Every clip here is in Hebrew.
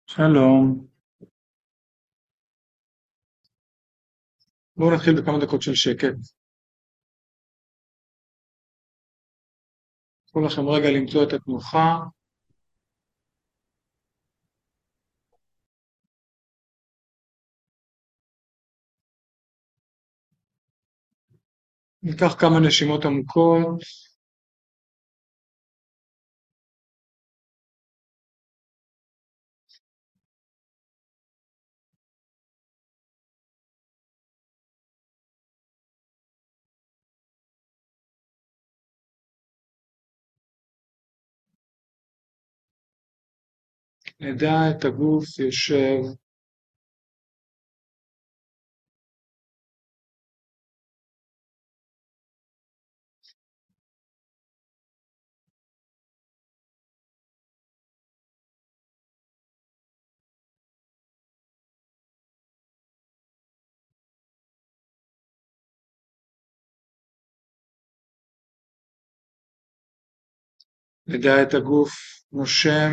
שלום, בואו נתחיל בכמה דקות של שקט. תנו לכם רגע למצוא את התנוחה. ניקח כמה נשימות עמוקות, נדע את הגוף יושב, נדע את הגוף נושם.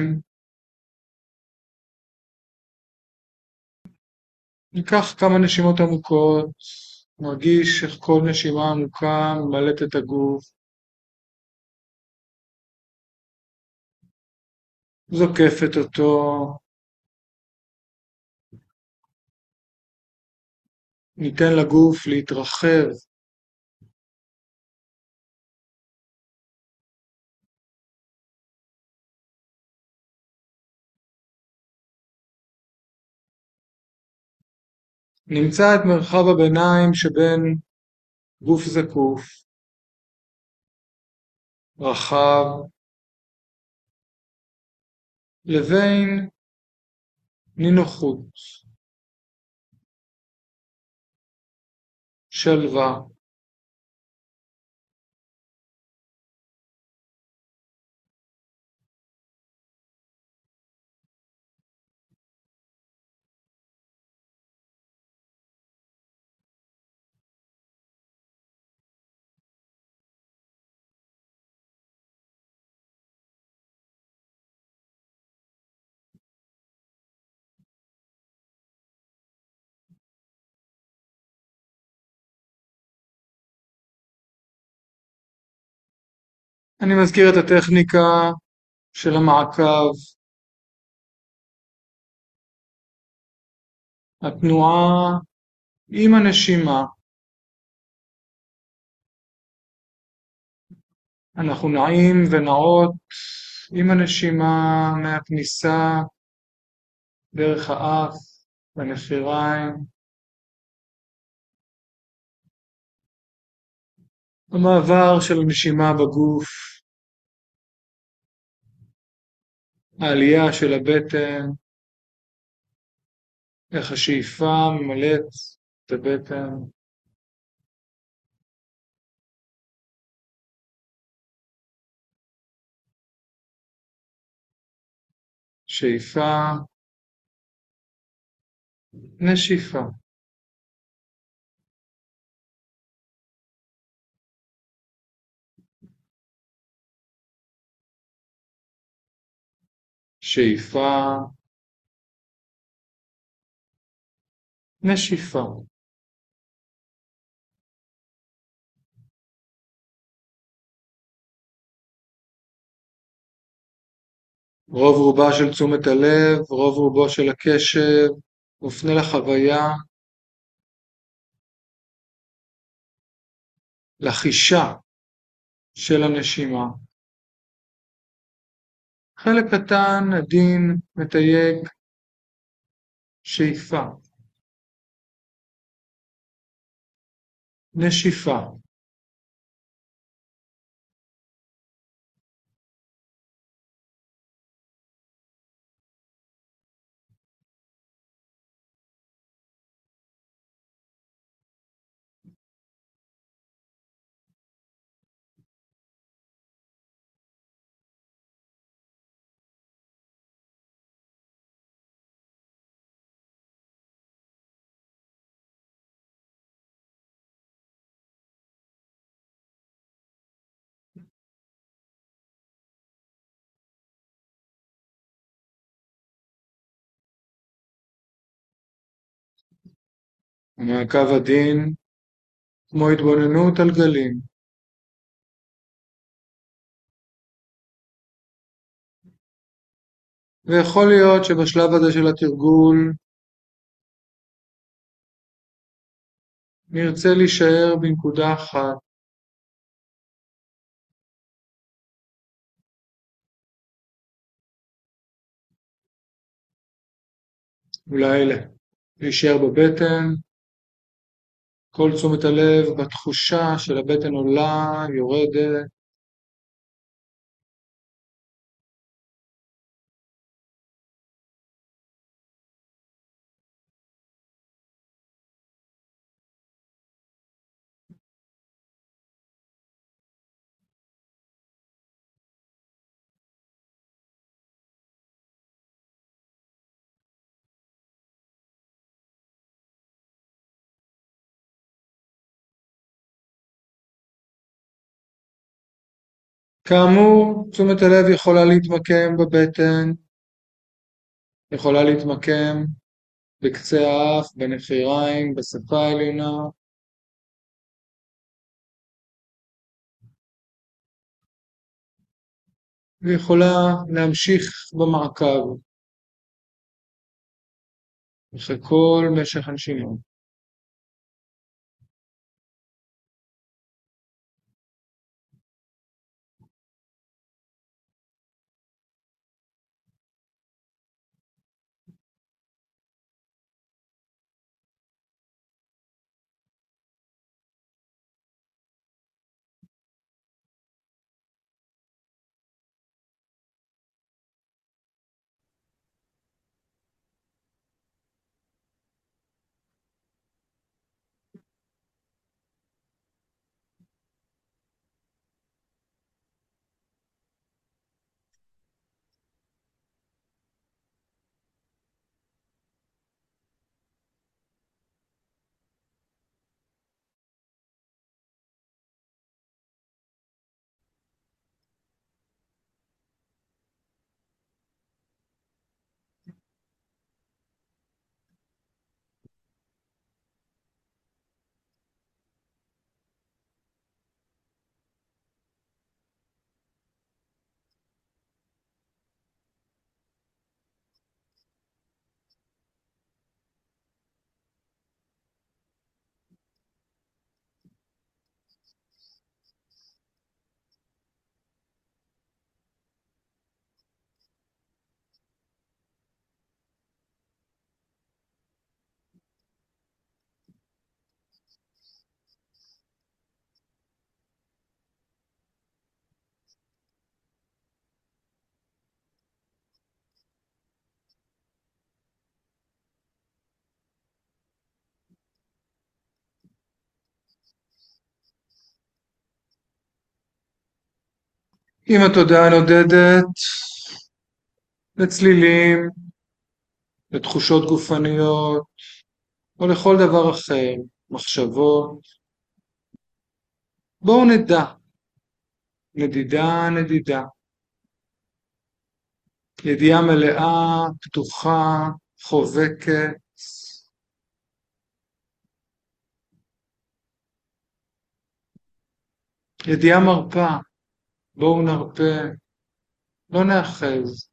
ניקח כמה נשימות עמוקות, נרגיש איך כל נשימה עמוקה ממלאת את הגוף, זוקפת אותו, ניתן לגוף להתרחב. נמצא את מרחב הביניים שבין גוף זקוף, רחב, לבין נינוחות, שלווה. אני מזכיר את הטכניקה של המעקב, התנועה עם הנשימה. אנחנו נעים ונעות עם הנשימה מהכניסה דרך האף והנחיריים, המעבר של הנשימה בגוף, העלייה של הבטן, איך השאיפה ממלאת את הבטן, שאיפה, נשיפה, שאיפה, נשיפה. רוב רובה של תשומת הלב, רוב רובו של הקשב, מופנה לחוויה, לחישה של הנשימה. חלק קטן, עדין, מתייג, שאיפה, נשיפה. ומעקב עדין, כמו התבוננות על גלים. ויכול להיות שבשלב הזה של התרגול נרצה להישאר בנקודה אחת, אולי להישאר בבטן, כל תשומת הלב בתחושה של הבטן עולה, יורדת, כאמור, תשומת הלב יכולה להתמקם בבטן, יכולה להתמקם בקצה האף, בנחיריים, בשפה העליונה, ויכולה להמשיך במעקב אחרי כל משך הנשימה. עם התודעה נודדת לצלילים, לתחושות גופניות, או לכל דבר אחר, מחשבות. בואו נדע, נדידה נדידה, ידיעה מלאה, פתוחה, חובקת, ידיעה מרפה, בואו נרפה, לא נאחז.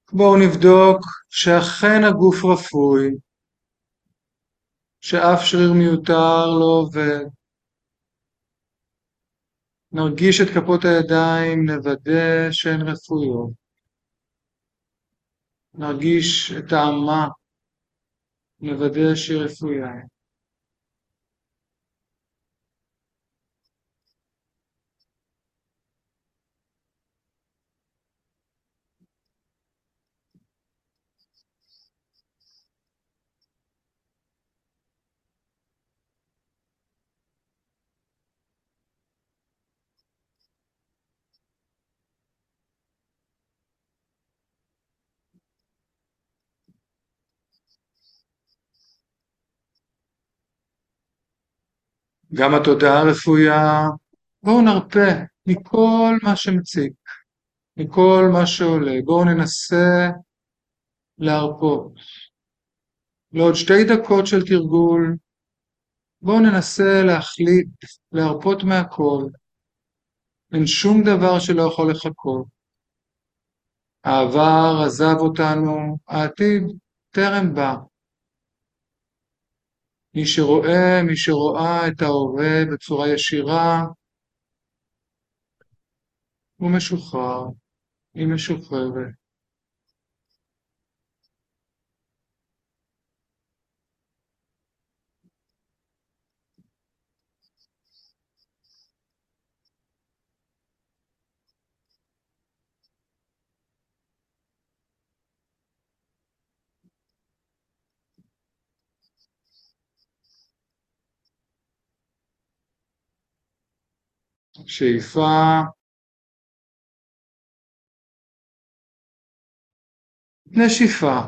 בואו נבדוק שאכן הגוף רפוי, שאף שריר מיותר לא עובד. נרגיש את כפות הידיים, נוודא שהן רפויות. נרגיש את האמה, נוודא שהיא רפויה. גם התודעה רפויה. בואו נרפה מכל מה שמציק, מכל מה שעולה. בואו ננסה להרפות. לעוד 2 דקות של תרגול, בואו ננסה להחליט, להרפות מהכל. אין שום דבר שלא יכול לחכות. העבר עזב אותנו, העתיד טרם בא. מי שרואה את ההווה בצורה ישירה, הוא משוחרר, היא משוחררת. שאיפה, נשיפה.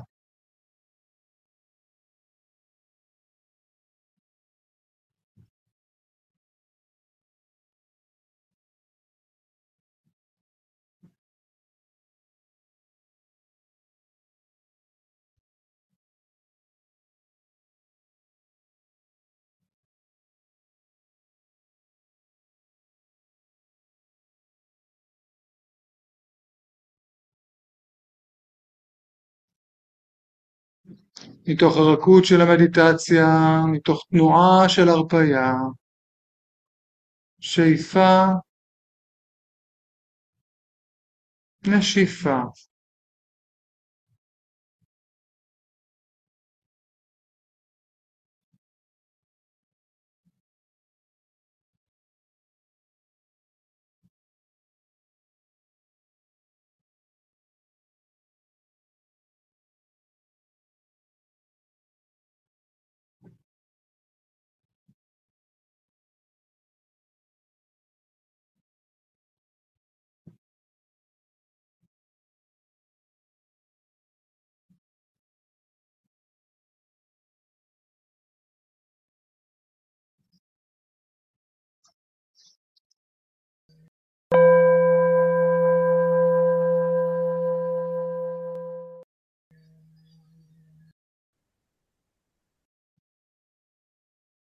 מתוך הרכות של המדיטציה, מתוך תנועה של הרפייה, שאיפה, נשיפה.